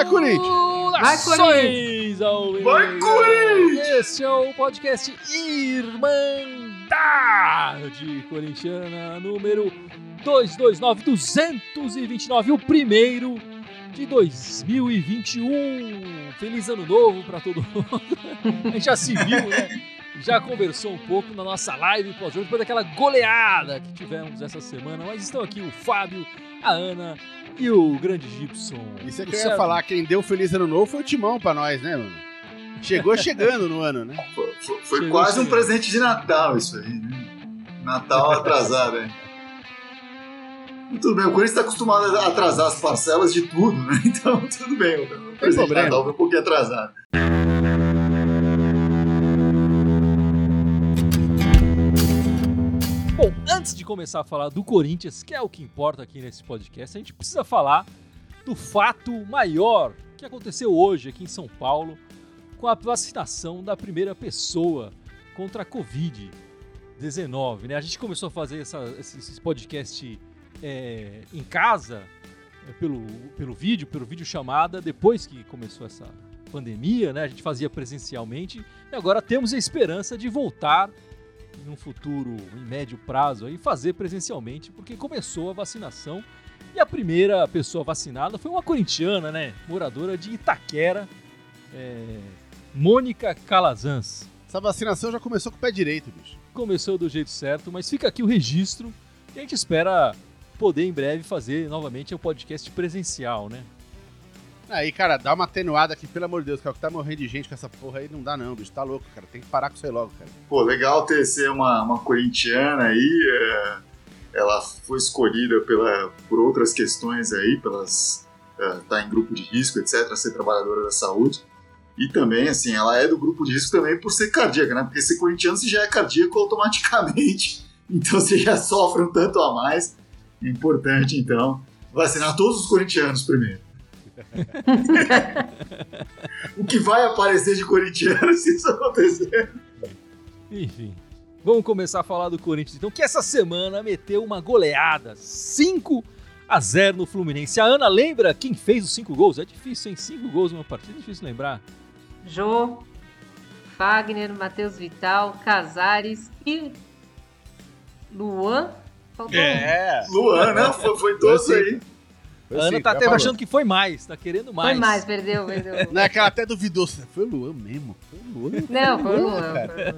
Vai, Corinthians! Vai, Corinthians! Esse é o podcast Irmandade Corintiana, número 229, o primeiro de 2021. Feliz ano novo pra todo mundo. A gente já se viu, né? Já conversou um pouco na nossa live pós-jogo, depois daquela goleada que tivemos essa semana. Mas estão aqui o Fábio, a Ana e o grande Gibson. Isso é que eu ia falar, quem deu Feliz Ano Novo foi o Timão pra nós, né, mano? Chegou chegando no ano, né? Foi quase um presente de Natal isso aí, né? Natal atrasado, hein? Tudo bem, o Corinthians está acostumado a atrasar as parcelas de tudo, né? Então, tudo bem. O presente de Natal foi um pouquinho atrasado. Bom, antes de começar a falar do Corinthians, que é o que importa aqui nesse podcast, a gente precisa falar do fato maior que aconteceu hoje aqui em São Paulo com a vacinação da primeira pessoa contra a Covid-19, né? A gente começou a fazer esse podcast em casa, pelo vídeo chamada, depois que começou essa pandemia, né? A gente fazia presencialmente e agora temos a esperança de voltar em um futuro, em médio prazo, aí, fazer presencialmente, porque começou a vacinação e a primeira pessoa vacinada foi uma corintiana, né? Moradora de Itaquera, Mônica Calazans. Essa vacinação já começou com o pé direito, bicho. Começou do jeito certo, mas fica aqui o registro e a gente espera poder em breve fazer novamente o podcast presencial, né? Aí, cara, dá uma atenuada aqui, pelo amor de Deus, cara, que tá morrendo de gente com essa porra aí, não dá não, bicho, tá louco, cara, tem que parar com isso aí logo, cara. Pô, legal ser uma corintiana aí, ela foi escolhida por outras questões aí, tá em grupo de risco, etc., ser trabalhadora da saúde, e também, assim, ela é do grupo de risco também por ser cardíaca, né, porque ser corintiano você já é cardíaco automaticamente, então você já sofre um tanto a mais, é importante, então, vacinar todos os corintianos primeiro. O que vai aparecer de corintiano se isso acontecer? Enfim, vamos começar a falar do Corinthians, então, que essa semana meteu uma goleada, 5-0 no Fluminense. A Ana lembra quem fez os 5 gols? É difícil, hein? 5 gols numa partida, é difícil lembrar. Jô, Fagner, Matheus Vital, Casares e Luan. Luan, né? Foi todos aí. A Ana tá até achando que foi mais, tá querendo mais. Foi mais, perdeu. Não é que ela até duvidou. Foi o Luan mesmo? Não, foi o Luan.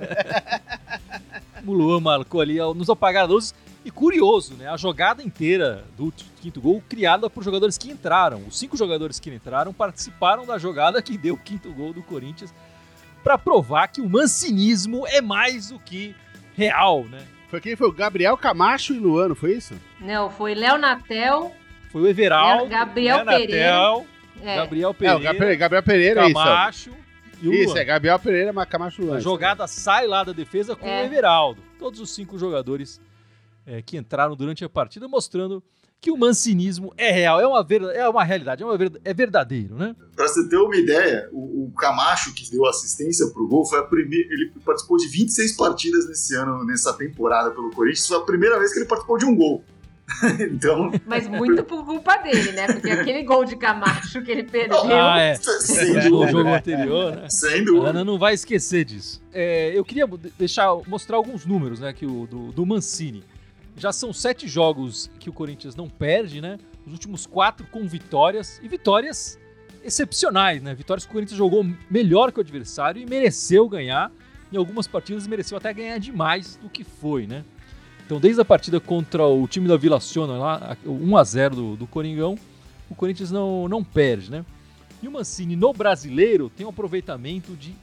O Luan marcou ali nos apagadores. E curioso, né? A jogada inteira do quinto gol criada por jogadores que entraram. Os 5 jogadores que entraram participaram da jogada que deu o quinto gol do Corinthians pra provar que o mancinismo é mais do que real, né? Foi quem? Foi o Gabriel Camacho e Luan, não foi isso? Não, foi Léo Natel. Foi o Everaldo, Gabriel Pereira. Gabriel Pereira, Gabriel Pereira, Camacho e o Luan. Isso, Gabriel Pereira, mas Camacho e Luan. A jogada sai lá da defesa com o Everaldo. Todos os 5 jogadores que entraram durante a partida, mostrando que o mancinismo é real, é uma realidade, é verdadeiro, né? Pra você ter uma ideia, o Camacho, que deu assistência pro gol, foi a primeira. Ele participou de 26 partidas nesse ano, nessa temporada pelo Corinthians, foi a primeira vez que ele participou de um gol. Então... Mas muito por culpa dele, né? Porque aquele gol de Camacho que ele perdeu... Sem dúvida. No jogo anterior, né? Sem dúvida. A Ana não vai esquecer disso. Eu queria mostrar alguns números, né, do Mancini. Já são 7 jogos que o Corinthians não perde, né? Os últimos 4 com vitórias, e vitórias excepcionais, né? Vitórias que o Corinthians jogou melhor que o adversário e mereceu ganhar. Em algumas partidas mereceu até ganhar demais do que foi, né? Então, desde a partida contra o time da Vila Sônia, lá, 1-0 do Coringão, o Corinthians não perde, né? E o Mancini, no Brasileiro, tem um aproveitamento de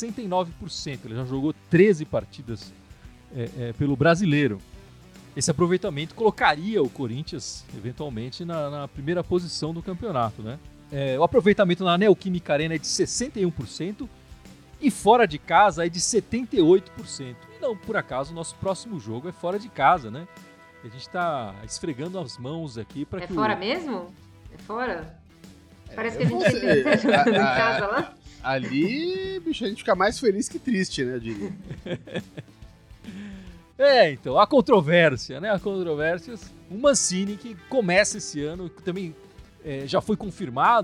69%. Ele já jogou 13 partidas pelo Brasileiro. Esse aproveitamento colocaria o Corinthians, eventualmente, na primeira posição do campeonato, né? O aproveitamento na Neoquímica Arena é de 61% e fora de casa é de 78%. Não, por acaso, o nosso próximo jogo é fora de casa, né? E a gente tá esfregando as mãos aqui para que fora mesmo? É fora? Parece que a gente sempre tá jogando em casa lá. Ali, bicho, a gente fica mais feliz que triste, né, eu diria. Então, a controvérsia, né? O Mancini, que começa esse ano, que também já foi confirmado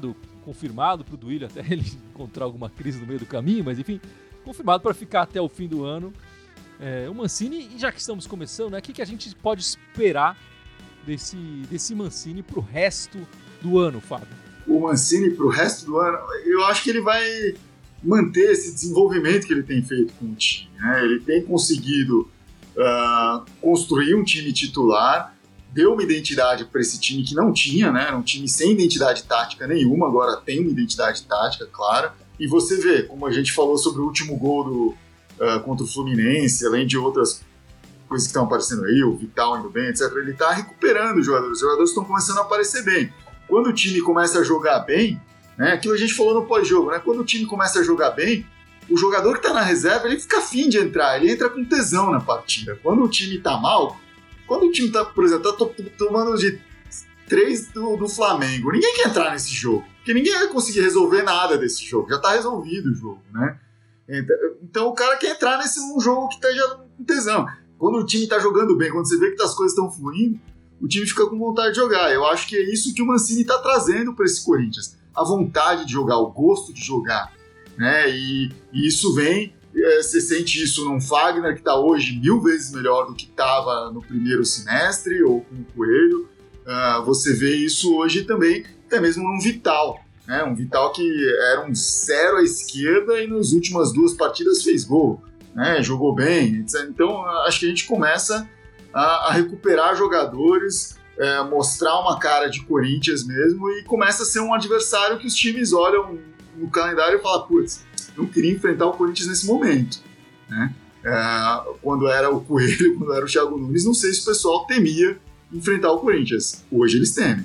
confirmado pro Duílio, até ele encontrar alguma crise no meio do caminho, mas enfim, confirmado para ficar até o fim do ano. O Mancini, e já que estamos começando, né, o que a gente pode esperar desse Mancini pro resto do ano, Fábio? O Mancini pro resto do ano, eu acho que ele vai manter esse desenvolvimento que ele tem feito com o time, né? Ele tem conseguido construir um time titular, deu uma identidade para esse time que não tinha, né? Era um time sem identidade tática nenhuma, agora tem uma identidade tática clara. E você vê, como a gente falou sobre o último gol contra o Fluminense, além de outras coisas que estão aparecendo aí, o Vital indo bem, etc. Ele está recuperando os jogadores estão começando a aparecer bem. Quando o time começa a jogar bem, né? Aquilo a gente falou no pós-jogo, né? Quando o time começa a jogar bem, o jogador que está na reserva, ele fica afim de entrar, ele entra com tesão na partida. Quando o time está mal, quando o time está, por exemplo, tomando de 3 do Flamengo, ninguém quer entrar nesse jogo, porque ninguém vai conseguir resolver nada desse jogo, já está resolvido o jogo, né? Então o cara quer entrar num jogo que esteja com tesão. Quando o time está jogando bem, quando você vê que as coisas estão fluindo, o time fica com vontade de jogar. Eu acho que é isso que o Mancini está trazendo para esse Corinthians. A vontade de jogar, o gosto de jogar, né? E isso vem, você sente isso num Fagner que está hoje 1000 vezes melhor do que estava no primeiro semestre, ou com o Coelho. Você vê isso hoje também, até mesmo num Vital, né? Um Vital que era um 0 à esquerda e nas últimas 2 partidas fez gol, né? Jogou bem, etc. Então acho que a gente começa a recuperar jogadores, mostrar uma cara de Corinthians mesmo, e começa a ser um adversário que os times olham no calendário e falam, putz, não queria enfrentar o Corinthians nesse momento, né? Quando era o Coelho, quando era o Thiago Nunes, não sei se o pessoal temia enfrentar o Corinthians. Hoje eles temem.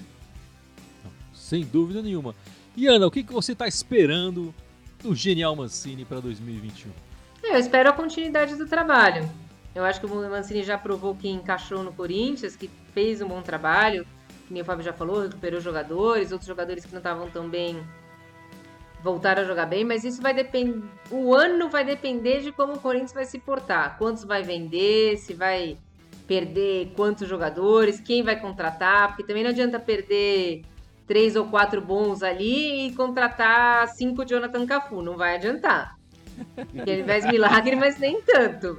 Sem dúvida nenhuma. E Ana, o que você está esperando do genial Mancini para 2021? Eu espero a continuidade do trabalho. Eu acho que o Mancini já provou que encaixou no Corinthians, que fez um bom trabalho, que nem o Fábio já falou, recuperou jogadores, outros jogadores que não estavam tão bem voltaram a jogar bem, mas isso vai depender. O ano vai depender de como o Corinthians vai se portar. Quantos vai vender, se vai perder quantos jogadores, quem vai contratar, porque também não adianta perder 3 ou 4 bons ali e contratar 5 Jonathan Cafu, não vai adiantar. Porque ele faz milagre, mas nem tanto.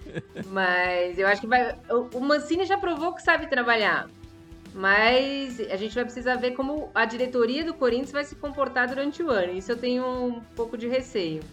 Mas eu acho que vai. O Mancini já provou que sabe trabalhar. Mas a gente vai precisar ver como a diretoria do Corinthians vai se comportar durante o ano. Isso eu tenho um pouco de receio.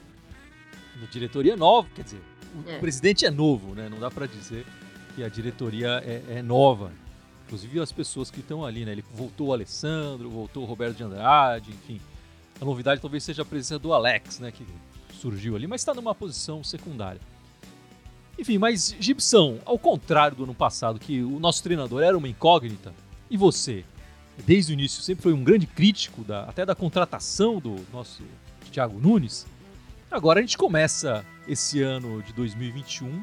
A diretoria nova, quer dizer, o presidente é novo, né? Não dá pra dizer que a diretoria é nova. Inclusive as pessoas que estão ali, né? Ele voltou o Alessandro, voltou o Roberto de Andrade, enfim. A novidade talvez seja a presença do Alex, né? Que surgiu ali, mas está numa posição secundária. Enfim, mas Gibson, ao contrário do ano passado, que o nosso treinador era uma incógnita, e você, desde o início, sempre foi um grande crítico até da contratação do nosso Thiago Nunes, agora a gente começa esse ano de 2021,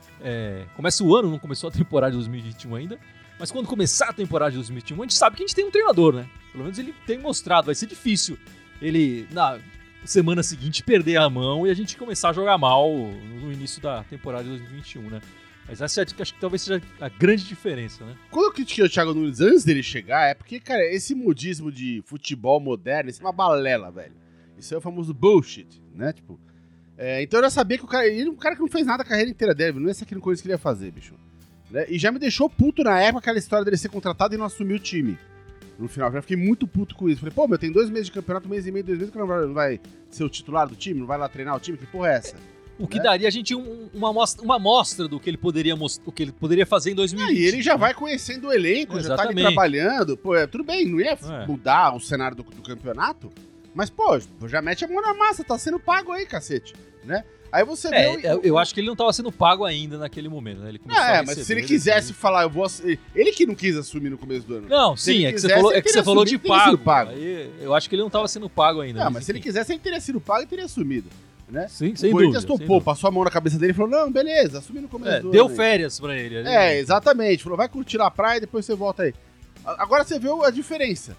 começa o ano, não começou a temporada de 2021 ainda, mas quando começar a temporada de 2021, a gente sabe que a gente tem um treinador, né? Pelo menos ele tem mostrado, vai ser difícil ele, na semana seguinte, perder a mão e a gente começar a jogar mal no início da temporada de 2021, né? Mas essa acho que talvez seja a grande diferença, né? Quando eu critiquei o Thiago Nunes antes dele chegar, é porque, cara, esse modismo de futebol moderno, isso é uma balela, velho. Isso é o famoso bullshit, né? Tipo, então eu já sabia que ele é um cara que não fez nada a carreira inteira dele, não é isso aqui no Corinthians que ele ia fazer, bicho. Né? E já me deixou puto na época aquela história dele ser contratado e não assumir o time. No final, eu já fiquei muito puto com isso. Falei, pô, tem 2 meses de campeonato, 1 mês e meio, 2 meses que não vai ser o titular do time, não vai lá treinar o time, que porra é essa? O que daria a gente uma amostra do que ele poderia fazer em 2020. E ele já vai conhecendo o elenco, já tá ali trabalhando. Pô, tudo bem, não ia mudar o cenário do campeonato, mas, pô, já mete a mão na massa, tá sendo pago aí, cacete, né? Aí você vê... Eu acho que ele não tava sendo pago ainda naquele momento, né? Ele começou a mas se ele quisesse falar, ele que não quis assumir no começo do ano. Não, sim, é que você falou de pago. Aí, eu acho que ele não tava sendo pago ainda. Não, mas se ele quisesse, ele teria sido pago e teria assumido. Né? Sim, sem dúvida. O Corinthians passou a mão na cabeça dele e falou, não, beleza, assumi no começo do ano. Deu férias pra ele. Exatamente. Falou, vai curtir a praia e depois você volta aí. Agora você vê a diferença.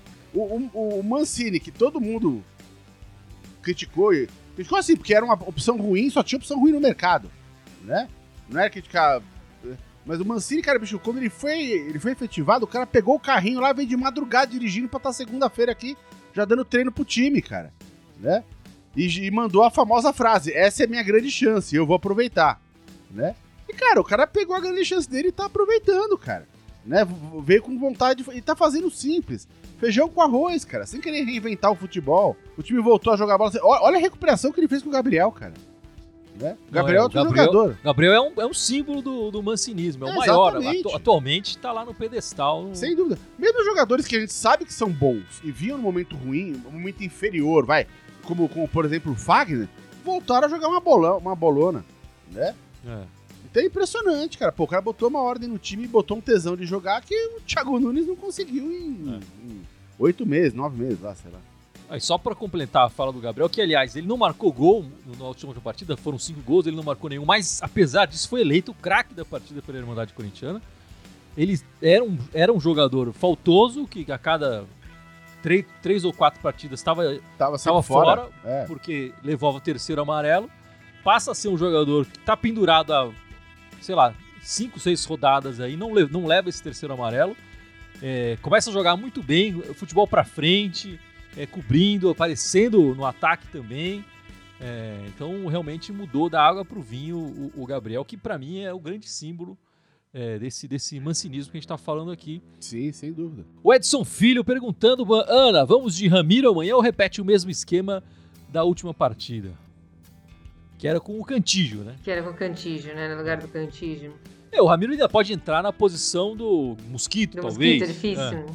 O Mancini, que todo mundo criticou assim, porque era uma opção ruim, só tinha opção ruim no mercado, né? Não era criticar... Mas o Mancini, cara, bicho, quando ele foi efetivado, o cara pegou o carrinho lá, veio de madrugada dirigindo pra estar segunda-feira aqui já dando treino pro time, cara, né? E mandou a famosa frase, essa é minha grande chance, eu vou aproveitar, né? E, cara, o cara pegou a grande chance dele e tá aproveitando, cara, né? Veio com vontade e tá fazendo simples. Feijão com arroz, cara, sem querer reinventar o futebol. O time voltou a jogar bola. Olha a recuperação que ele fez com o Gabriel, cara. Né? O Gabriel é outro jogador. Gabriel é um símbolo do mancinismo, é o maior. Atualmente tá lá no pedestal. Sem dúvida. Mesmo os jogadores que a gente sabe que são bons e vinham no momento ruim, no momento inferior, como por exemplo o Fagner, voltaram a jogar uma bolona, né? Então é impressionante, cara. Pô, o cara botou uma ordem no time e botou um tesão de jogar que o Thiago Nunes não conseguiu em 8 meses, 9 meses, lá, sei lá. Aí, só pra completar a fala do Gabriel, que aliás, ele não marcou gol na última partida, foram 5 gols, ele não marcou nenhum, mas apesar disso foi eleito o craque da partida pela Irmandade Corintiana. Ele era um jogador faltoso, que a cada 3 ou 4 partidas estava fora, porque levava o terceiro amarelo. Passa a ser um jogador que tá pendurado há, sei lá, 5, 6 rodadas aí, não leva esse terceiro amarelo. Começa a jogar muito bem, futebol pra frente, cobrindo, aparecendo no ataque também. Então realmente mudou da água pro vinho o Gabriel, que pra mim é o grande símbolo desse mancinismo que a gente tá falando aqui. Sim, sem dúvida. O Edson Filho perguntando, Ana, vamos de Ramiro amanhã ou repete o mesmo esquema da última partida? Que era com o Cantígio, né? Que era com o Cantígio, né? No lugar do Cantígio. O Ramiro ainda pode entrar na posição do Mosquito, talvez. Mosquito, é difícil.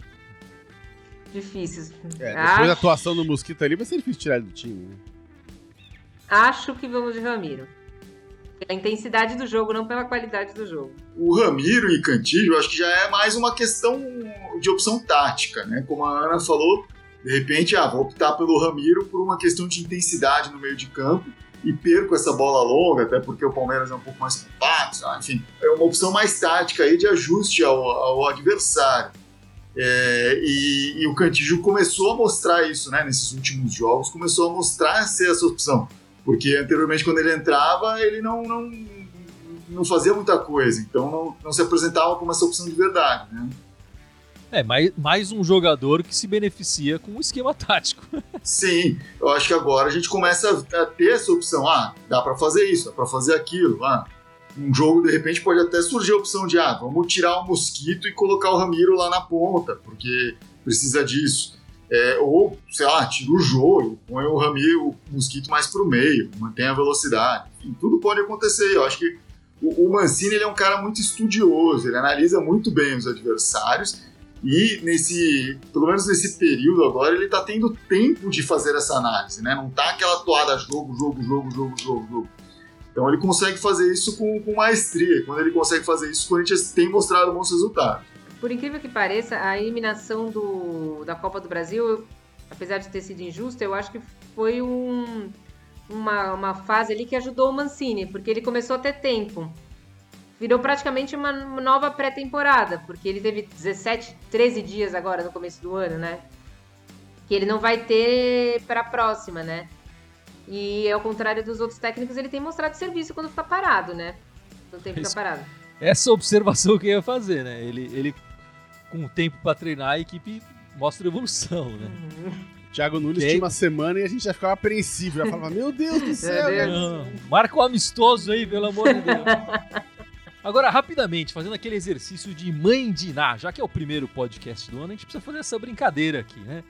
Difícil. Depois da atuação do Mosquito ali, vai ser difícil tirar ele do time, né? Acho que vamos de Ramiro. Pela intensidade do jogo, não pela qualidade do jogo. O Ramiro e Cantillo, eu acho que já é mais uma questão de opção tática, né? Como a Ana falou, de repente, vou optar pelo Ramiro por uma questão de intensidade no meio de campo e perco essa bola longa, até porque o Palmeiras é um pouco mais compacto, enfim, é uma opção mais tática aí de ajuste ao adversário. E o Cantillo começou a mostrar isso, né? Nesses últimos jogos, começou a mostrar ser essa opção. Porque anteriormente, quando ele entrava, ele não fazia muita coisa. Então, não se apresentava como essa opção de verdade, né? Mais um jogador que se beneficia com o esquema tático. Sim, eu acho que agora a gente começa a ter essa opção. Dá pra fazer isso, dá pra fazer aquilo. Um jogo, de repente, pode até surgir a opção de vamos tirar o Mosquito e colocar o Ramiro lá na ponta, porque precisa disso. Ou, sei lá, tira o jogo, põe o Ramiro, o Mosquito mais pro meio, mantém a velocidade. Enfim, tudo pode acontecer. Eu acho que o Mancini ele é um cara muito estudioso, ele analisa muito bem os adversários e, pelo menos nesse período agora, ele tá tendo tempo de fazer essa análise, né? Não tá aquela toada jogo. Então ele consegue fazer isso com maestria. E quando ele consegue fazer isso, o Corinthians tem mostrado bons resultados. Por incrível que pareça, a eliminação da Copa do Brasil, apesar de ter sido injusta, eu acho que foi uma fase ali que ajudou o Mancini, porque ele começou a ter tempo. Virou praticamente uma nova pré-temporada, porque ele teve 13 dias agora no começo do ano, né? Que ele não vai ter para a próxima, né? E ao contrário dos outros técnicos, ele tem mostrado serviço quando fica parado, né? No tempo que fica parado. Essa observação que eu ia fazer, né? Ele com o tempo para treinar, a equipe mostra evolução, né? Thiago Nunes tinha uma semana e a gente já ficava apreensivo, já falava, meu Deus do céu! Marca um amistoso aí, pelo amor de Deus. Agora, rapidamente, fazendo aquele exercício de mãe de Iná, já que é o primeiro podcast do ano, a gente precisa fazer essa brincadeira aqui, né?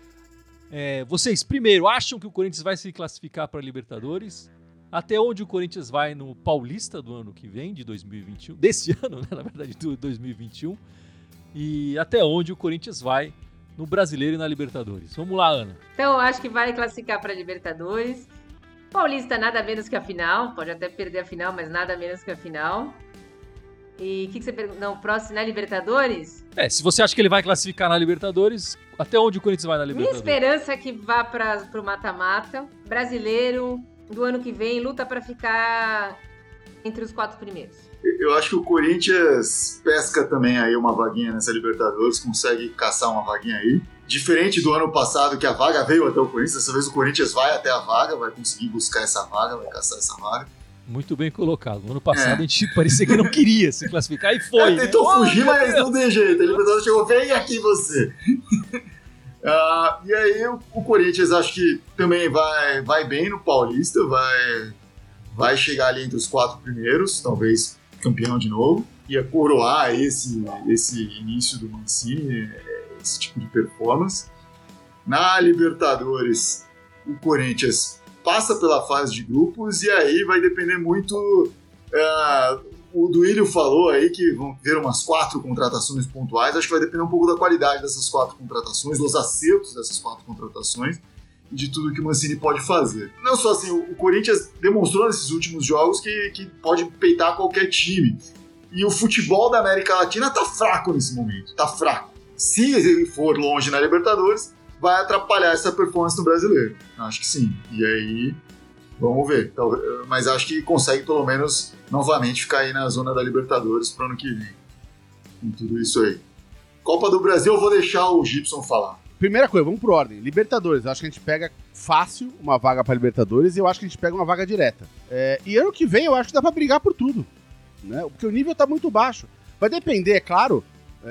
Vocês, primeiro, acham que o Corinthians vai se classificar para a Libertadores? Até onde o Corinthians vai no Paulista do ano que vem, de 2021, desse ano, né, na verdade, do 2021, e até onde o Corinthians vai no Brasileiro e na Libertadores. Vamos lá, Ana. Então, eu acho que vai classificar para a Libertadores. Paulista, nada menos que a final, pode até perder a final, mas nada menos que a final. E o que você pergunta? Não, próximo na Libertadores? Se você acha que ele vai classificar na Libertadores, até onde o Corinthians vai na Libertadores? Minha esperança é que vá para o mata-mata. Brasileiro, do ano que vem, luta para ficar entre os 4 primeiros. Eu acho que o Corinthians pesca também aí uma vaguinha nessa Libertadores, consegue caçar uma vaguinha aí. Diferente do ano passado, que a vaga veio até o Corinthians, dessa vez o Corinthians vai até a vaga, vai conseguir buscar essa vaga, vai caçar essa vaga. Muito bem colocado. No ano passado a gente parecia que não queria se classificar e foi. Tentou fugir, mas não tem jeito. A Libertadores chegou, vem aqui você. E aí o Corinthians acho que também vai bem no Paulista, vai chegar ali entre os 4 primeiros, talvez campeão de novo, ia coroar esse início do Mancini, esse tipo de performance. Na Libertadores, o Corinthians passa pela fase de grupos e aí vai depender muito. O Duílio falou aí que vão ter umas 4 contratações pontuais. Acho que vai depender um pouco da qualidade dessas 4 contratações, dos acertos dessas 4 contratações e de tudo que o Mancini pode fazer. Não só assim, o Corinthians demonstrou nesses últimos jogos que pode peitar qualquer time. E o futebol da América Latina tá fraco nesse momento, tá fraco. Se ele for longe na Libertadores, vai atrapalhar essa performance no Brasileiro. Acho que sim. E aí, vamos ver. Mas acho que consegue pelo menos novamente ficar aí na zona da Libertadores pro ano que vem. Com tudo isso aí. Copa do Brasil eu vou deixar o Gibson falar. Primeira coisa, vamos por ordem. Libertadores, eu acho que a gente pega fácil uma vaga pra Libertadores e eu acho que a gente pega uma vaga direta. E ano que vem eu acho que dá pra brigar por tudo, né? Porque o nível tá muito baixo. Vai depender, é claro.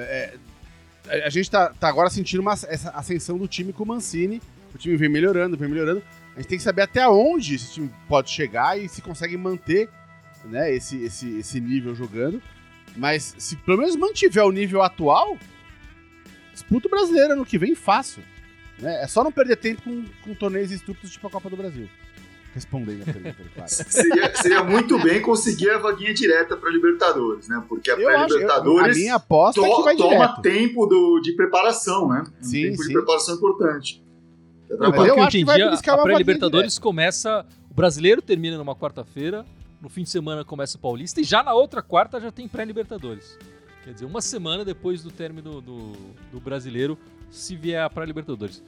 A gente tá agora sentindo essa ascensão do time com o Mancini. O time vem melhorando. A gente tem que saber até onde esse time pode chegar e se consegue manter, né, esse nível jogando. Mas se pelo menos mantiver o nível atual, disputa o Brasileiro ano que vem fácil, né? É só não perder tempo com torneios estúpidos tipo a Copa do Brasil. Respondendo a pergunta, claro. Seria muito bem conseguir a vaguinha direta para Libertadores, né? Porque a pré-Libertadores a minha aposta é que vai toma direto. tempo de preparação, né? Sim, de preparação importante. Pelo que eu entendi, a pré-Libertadores começa... O Brasileiro termina numa quarta-feira, no fim de semana começa o Paulista e já na outra quarta já tem pré-Libertadores. Quer dizer, uma semana depois do término do Brasileiro, se vier a pré-Libertadores.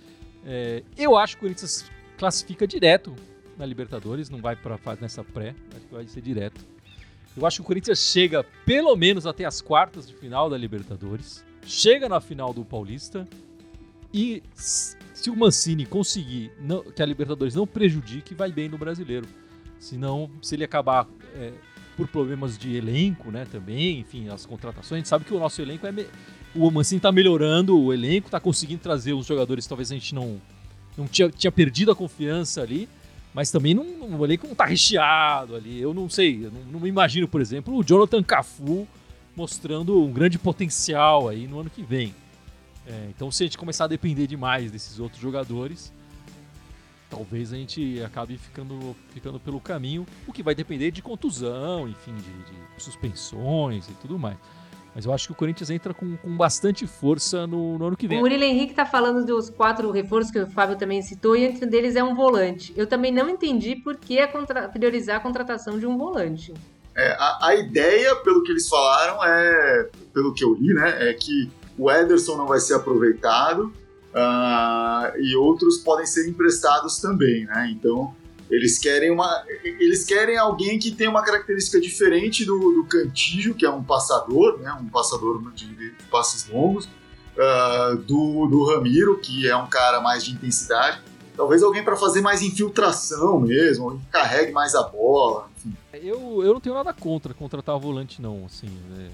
Eu acho que o Corinthians classifica direto na Libertadores, não vai para nessa pré, acho que vai ser direto. Eu acho que o Corinthians chega pelo menos até as quartas de final da Libertadores, chega na final do Paulista e se o Mancini conseguir que a Libertadores não prejudique, vai bem no Brasileiro. Senão, se ele acabar por problemas de elenco, né, também, enfim, as contratações, a gente sabe que o nosso elenco o Mancini está melhorando o elenco, está conseguindo trazer os jogadores, talvez a gente não tinha perdido a confiança ali, mas também o elenco não tá recheado ali. Eu não sei, eu não me imagino, por exemplo, o Jonathan Cafu mostrando um grande potencial aí no ano que vem. Então, se a gente começar a depender demais desses outros jogadores, talvez a gente acabe ficando pelo caminho, o que vai depender de contusão, enfim, de suspensões e tudo mais. Mas eu acho que o Corinthians entra com bastante força no ano que vem. O Murilo Henrique tá falando dos 4 reforços que o Fábio também citou, e entre deles é um volante. Eu também não entendi por que priorizar a contratação de um volante. A ideia, pelo que eles falaram, pelo que eu li, né, é que o Ederson não vai ser aproveitado e outros podem ser emprestados também, né? Então eles querem alguém que tem uma característica diferente do Cantillo, que é um passador, né? Um passador de passes longos, do Ramiro, que é um cara mais de intensidade. Talvez alguém para fazer mais infiltração mesmo, alguém que carregue mais a bola, enfim. Eu não tenho nada contra contratar o volante, não, assim,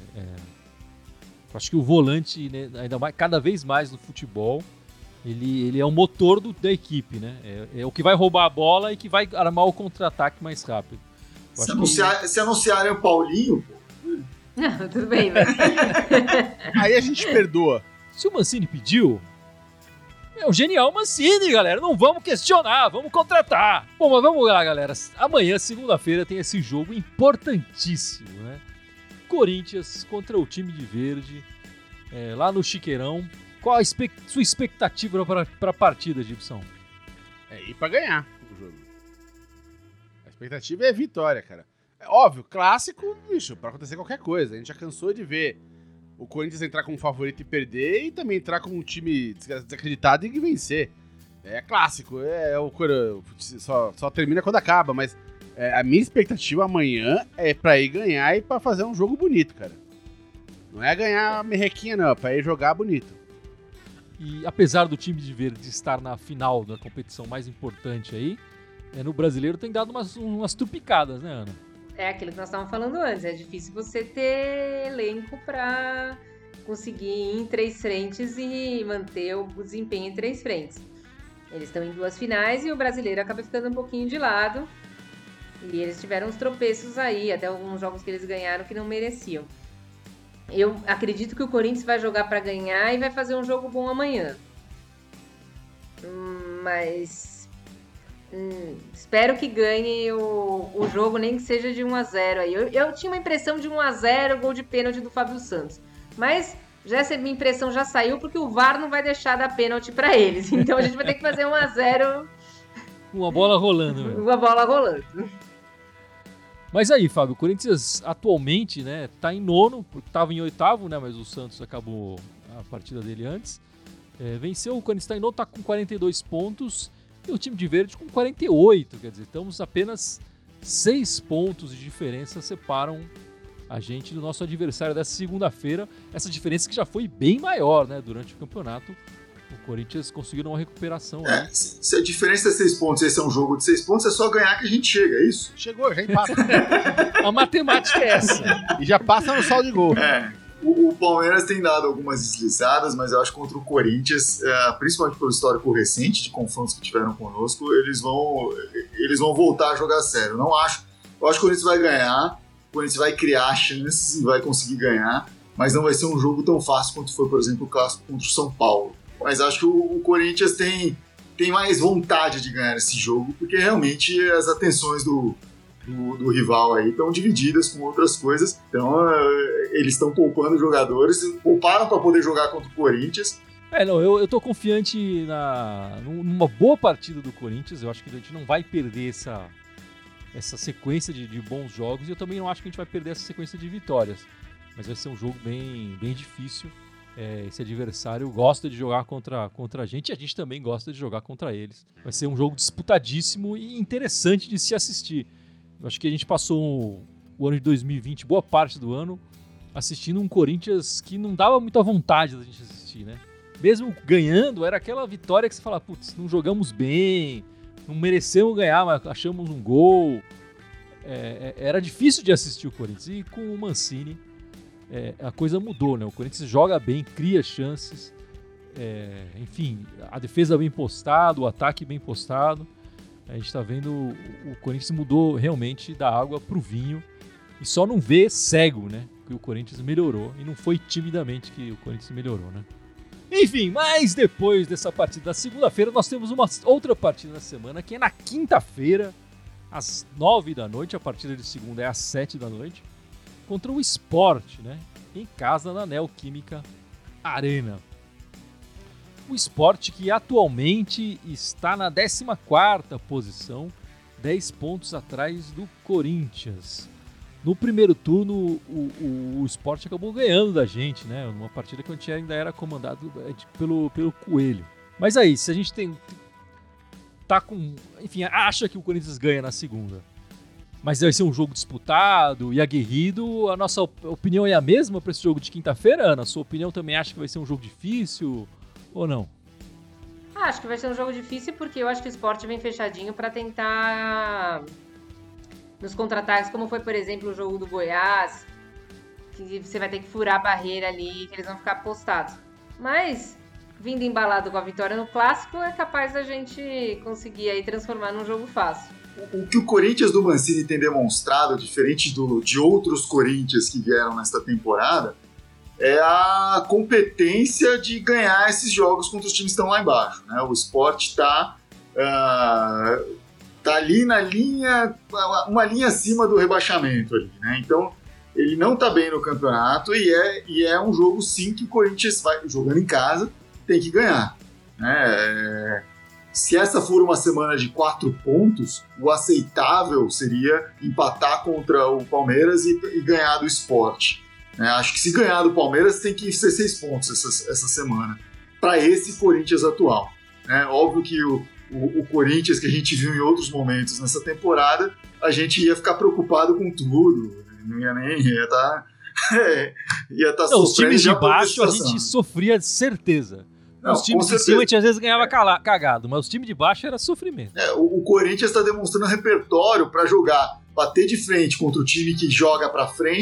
acho que o volante, né, ainda mais, cada vez mais no futebol, ele é o motor da equipe, né? É o que vai roubar a bola e que vai armar o contra-ataque mais rápido. Se anunciarem o Paulinho, pô. Não, tudo bem, mas... Aí a gente perdoa. Se o Mancini pediu, é o genial Mancini, galera. Não vamos questionar, vamos contratar. Bom, mas vamos lá, galera. Amanhã, segunda-feira, tem esse jogo importantíssimo, né? Corinthians contra o time de verde, lá no Chiqueirão. Qual a sua expectativa para a partida, Gibson? Ir pra ganhar o jogo. A expectativa é vitória, cara. É óbvio, clássico, bicho, pra acontecer qualquer coisa. A gente já cansou de ver o Corinthians entrar como favorito e perder, e também entrar como um time desacreditado e vencer. É clássico, só termina quando acaba, mas a minha expectativa amanhã é pra ir ganhar e pra fazer um jogo bonito, cara. Não é ganhar merrequinha, não, é pra ir jogar bonito. E apesar do time de verde estar na final da competição mais importante aí, no Brasileiro tem dado umas trupicadas, né, Ana? É aquilo que nós estávamos falando antes, é difícil você ter elenco pra conseguir ir em 3 frentes e manter o desempenho em 3 frentes. Eles estão em 2 finais e o brasileiro acaba ficando um pouquinho de lado. E eles tiveram uns tropeços aí, até alguns jogos que eles ganharam que não mereciam. Eu acredito que o Corinthians vai jogar para ganhar e vai fazer um jogo bom amanhã. Mas espero que ganhe o jogo, nem que seja de 1-0 aí. Eu tinha uma impressão de 1-0, gol de pênalti do Fábio Santos. Mas essa minha impressão já saiu porque o VAR não vai deixar dar pênalti para eles. Então a gente vai ter que fazer 1-0. Uma bola rolando, velho. Uma bola rolando. Mas aí, Fábio, o Corinthians atualmente, né, tá em 9º, porque tava em 8º, né, mas o Santos acabou a partida dele antes. Venceu, o Corinthians tá em 9º, tá com 42 pontos, e o time de verde com 48, quer dizer, estamos apenas 6 pontos de diferença separam a gente do nosso adversário dessa segunda-feira. Essa diferença que já foi bem maior, né, durante o campeonato. O Corinthians conseguiu uma recuperação. Se a diferença é 6 pontos e esse é um jogo de 6 pontos, é só ganhar que a gente chega, é isso? Chegou, já empata. A matemática é essa. E já passa no saldo de gol. O Palmeiras tem dado algumas deslizadas, mas eu acho que contra o Corinthians, principalmente pelo histórico recente de confrontos que tiveram conosco, eles vão voltar a jogar sério. Eu acho que o Corinthians vai ganhar, o Corinthians vai criar chances e vai conseguir ganhar, mas não vai ser um jogo tão fácil quanto foi, por exemplo, o clássico contra o São Paulo. Mas acho que o Corinthians tem mais vontade de ganhar esse jogo, porque realmente as atenções do rival aí estão divididas com outras coisas. Então eles estão poupando jogadores, pouparam para poder jogar contra o Corinthians. Eu tô confiante numa boa partida do Corinthians. Eu acho que a gente não vai perder essa sequência de bons jogos, e eu também não acho que a gente vai perder essa sequência de vitórias. Mas vai ser um jogo bem, bem difícil. Esse adversário gosta de jogar contra a gente, e a gente também gosta de jogar contra eles. Vai ser um jogo disputadíssimo e interessante de se assistir. Eu acho que a gente passou o ano de 2020, boa parte do ano, assistindo um Corinthians que não dava muita vontade da gente assistir, né? Mesmo ganhando, era aquela vitória que você fala, putz, não jogamos bem, não merecemos ganhar, mas achamos um gol. Era difícil de assistir o Corinthians. E com o Mancini, a coisa mudou, né? O Corinthians joga bem, cria chances, enfim, a defesa bem postada, o ataque bem postado. A gente tá vendo o Corinthians mudou realmente da água pro vinho, e só não vê cego, né? Que o Corinthians melhorou, e não foi timidamente que o Corinthians melhorou, né? Enfim, mas depois dessa partida da segunda-feira, nós temos uma outra partida na semana, que é na quinta-feira, às 9 da noite, a partida de segunda é às 7 da noite, contra o Sport, né? Em casa na Neoquímica Arena. O Sport que atualmente está na 14ª posição, 10 pontos atrás do Corinthians. No primeiro turno, o Sport acabou ganhando da gente, né? Numa partida que a gente ainda era comandado pelo Coelho. Mas aí, se a gente enfim, acha que o Corinthians ganha na segunda, mas vai ser um jogo disputado e aguerrido, a nossa opinião é a mesma para esse jogo de quinta-feira, Ana? A sua opinião também acha que vai ser um jogo difícil ou não? Acho que vai ser um jogo difícil porque eu acho que o Sport vem fechadinho para tentar nos contra-ataques, como foi, por exemplo, o jogo do Goiás, que você vai ter que furar a barreira ali, que eles vão ficar postados. Mas, vindo embalado com a vitória no Clássico, é capaz da gente conseguir aí transformar num jogo fácil. O que o Corinthians do Mancini tem demonstrado, diferente de outros Corinthians que vieram nesta temporada, é a competência de ganhar esses jogos contra os times que estão lá embaixo, né? O Sport está ali na linha, uma linha acima do rebaixamento ali, né? Então, ele não está bem no campeonato e é um jogo, sim, que o Corinthians vai jogando em casa, tem que ganhar, né? Se essa for uma semana de 4 pontos, o aceitável seria empatar contra o Palmeiras e ganhar do Sport. Acho que se ganhar do Palmeiras tem que ser 6 pontos essa semana, para esse Corinthians atual. Óbvio que o Corinthians que a gente viu em outros momentos nessa temporada, a gente ia ficar preocupado com tudo, ia estar sofrendo. Os times de baixo a gente sofria certeza. Os times de cima a gente às vezes ganhava cagado, mas os times de baixo era sofrimento. O Corinthians está demonstrando repertório para jogar, bater de frente contra o time que joga para frente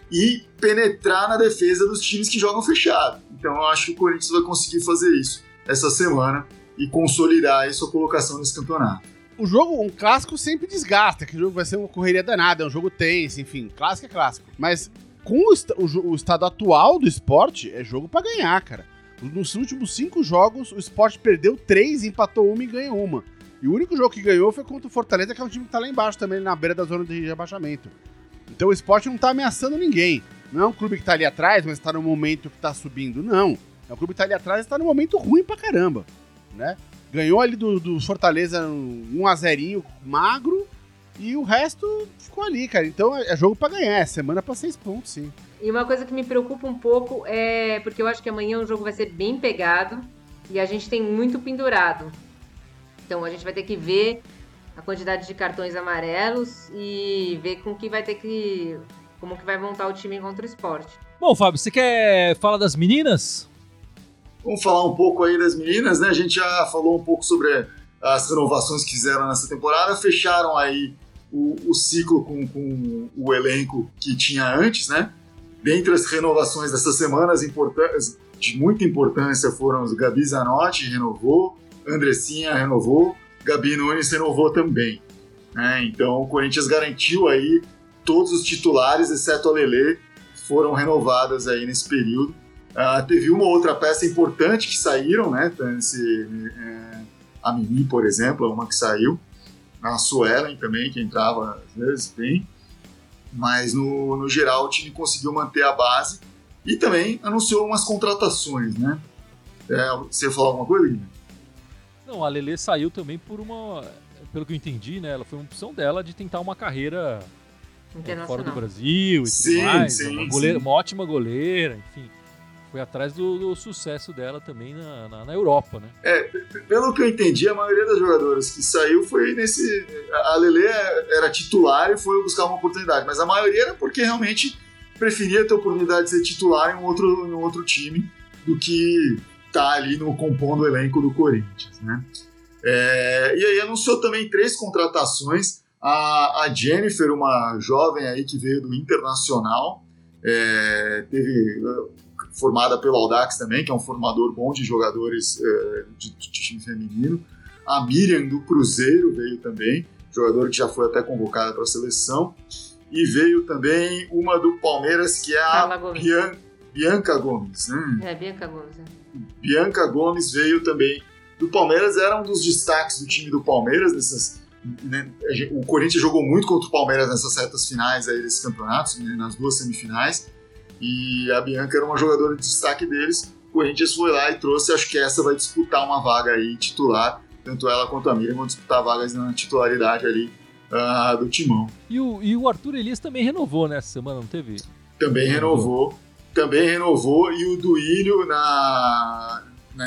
e penetrar na defesa dos times que jogam fechado. Então eu acho que o Corinthians vai conseguir fazer isso essa semana e consolidar aí sua colocação nesse campeonato. O jogo, um clássico sempre desgasta, que o jogo vai ser uma correria danada, é um jogo tenso, enfim, clássico é clássico. Mas com o estado atual do esporte, é jogo pra ganhar, cara. Nos últimos 5 jogos, o Sport perdeu 3, empatou 1 e ganhou 1. E o único jogo que ganhou foi contra o Fortaleza, que é um time que tá lá embaixo também, na beira da zona de rebaixamento. Então o Sport não tá ameaçando ninguém. Não é um clube que tá ali atrás, mas tá no momento que tá subindo. Não. É um clube que tá ali atrás e tá no momento ruim pra caramba, né? Ganhou ali do Fortaleza 1-0 magro e o resto ficou ali, cara. Então é jogo pra ganhar, é semana pra 6 pontos, sim. E uma coisa que me preocupa um pouco é porque eu acho que amanhã o jogo vai ser bem pegado e a gente tem muito pendurado. Então a gente vai ter que ver a quantidade de cartões amarelos e ver como que vai montar o time contra o Sport. Bom, Fábio, você quer falar das meninas? Vamos falar um pouco aí das meninas, né? A gente já falou um pouco sobre as renovações que fizeram nessa temporada, fecharam aí o ciclo com o elenco que tinha antes, né? Dentre as renovações dessa semana, as de muita importância foram os Gabi Zanotti, renovou, Andressinha renovou, Gabi Nunes renovou também. Né? Então o Corinthians garantiu aí todos os titulares, exceto a Lelê, foram renovadas aí nesse período. Teve uma outra peça importante que saíram, né? A Mimi, por exemplo, é uma que saiu. A Suelen também, que entrava às vezes bem. Mas no geral o time conseguiu manter a base e também anunciou umas contratações, né? Você ia falar alguma coisa, Guilherme? Não, a Lelê saiu também pelo que eu entendi, né? Ela foi uma opção dela de tentar uma carreira fora do Brasil e tudo mais. Sim. Uma ótima goleira, enfim. Foi atrás do sucesso dela também na Europa, né? Pelo que eu entendi, a maioria das jogadoras que saiu foi nesse... A Lelê era titular e foi buscar uma oportunidade, mas a maioria era porque realmente preferia ter a oportunidade de ser titular em um outro time do que estar ali compondo o elenco do Corinthians, né? E aí anunciou também 3 contratações. A Jennifer, uma jovem aí que veio do Internacional, formada pelo Audax também, que é um formador bom de jogadores de time feminino. A Miriam do Cruzeiro veio também, jogadora que já foi até convocada para a seleção. E veio também uma do Palmeiras, que é a Bianca Gomes. Né? Bianca Gomes. Bianca Gomes veio também do Palmeiras, era um dos destaques do time do Palmeiras. O Corinthians jogou muito contra o Palmeiras nessas retas finais aí desses campeonatos, nas 2 semifinais. E a Bianca era uma jogadora de destaque deles. O Corinthians foi lá e trouxe, acho que essa vai disputar uma vaga aí titular. Tanto ela quanto a Miriam vão disputar vagas na titularidade ali do timão. E o Arthur Elias também renovou nessa semana, não teve? Também renovou. E o Duílio na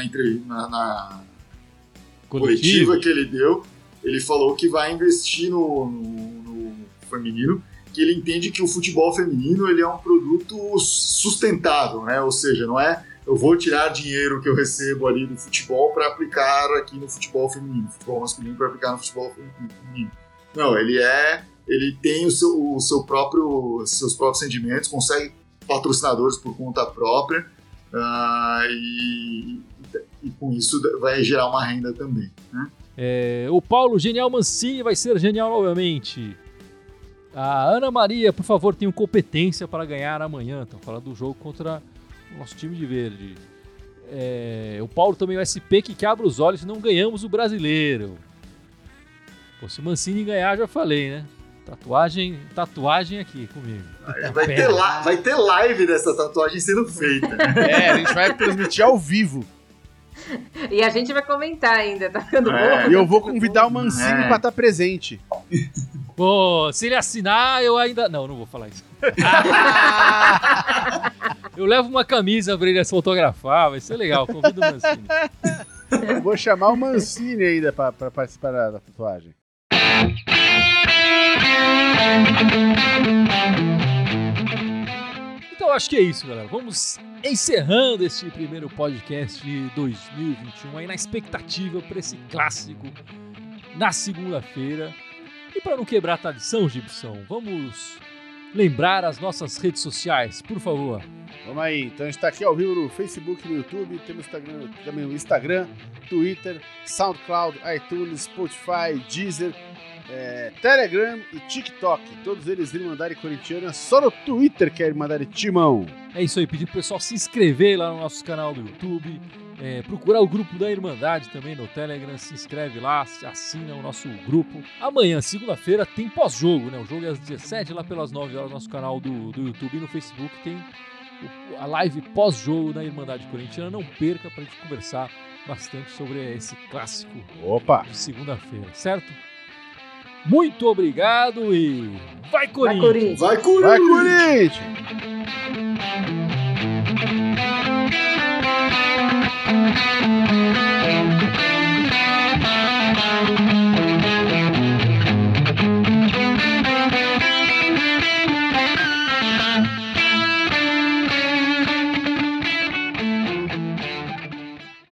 coletiva que ele deu, ele falou que vai investir no feminino, que ele entende que o futebol feminino ele é um produto sustentável, né? Ou seja, não é eu vou tirar dinheiro que eu recebo ali do futebol para aplicar aqui no futebol feminino, futebol masculino para aplicar no futebol feminino. Não, ele tem seus próprios rendimentos, consegue patrocinadores por conta própria e com isso vai gerar uma renda também, né? O Paulo Genial Mancini vai ser genial novamente. A Ana Maria, por favor, tenham competência para ganhar amanhã. Estão falando do jogo contra o nosso time de verde. O Paulo também, o SP, que abre os olhos se não ganhamos o brasileiro. Pô, se o Mancini ganhar, já falei, né? Tatuagem aqui comigo. Vai ter live dessa tatuagem sendo feita. A gente vai transmitir ao vivo. E a gente vai comentar ainda, tá ficando bom. E eu vou convidar o Mancini pra estar presente. Pô, se ele assinar, eu ainda... Não vou falar isso. Eu levo uma camisa pra ele fotografar, vai ser legal, convido o Mancini. Eu vou chamar o Mancini ainda pra participar da tatuagem. Então acho que é isso, galera. Vamos encerrando este primeiro podcast de 2021 aí na expectativa para esse clássico na segunda-feira. E para não quebrar a tradição, Gibson, vamos lembrar as nossas redes sociais, por favor. Vamos aí, então a gente tá aqui ao vivo no Facebook, no YouTube, temos também o Instagram, Twitter, SoundCloud, iTunes, Spotify, Deezer, Telegram e TikTok. Todos eles Irmandade Corintiana, só no Twitter que é Irmandade Timão. É isso aí, pedir pro pessoal se inscrever lá no nosso canal do YouTube, procurar o grupo da Irmandade também no Telegram, se inscreve lá, assina o nosso grupo. Amanhã, segunda-feira, tem pós-jogo, né? O jogo é às 17 lá pelas 9 horas no nosso canal do YouTube e no Facebook tem a live pós-jogo da Irmandade Corintiana. Não perca pra gente conversar bastante sobre esse clássico de segunda-feira, certo? Muito obrigado e vai Corinthians! Vai Corinthians! Vai Corinthians!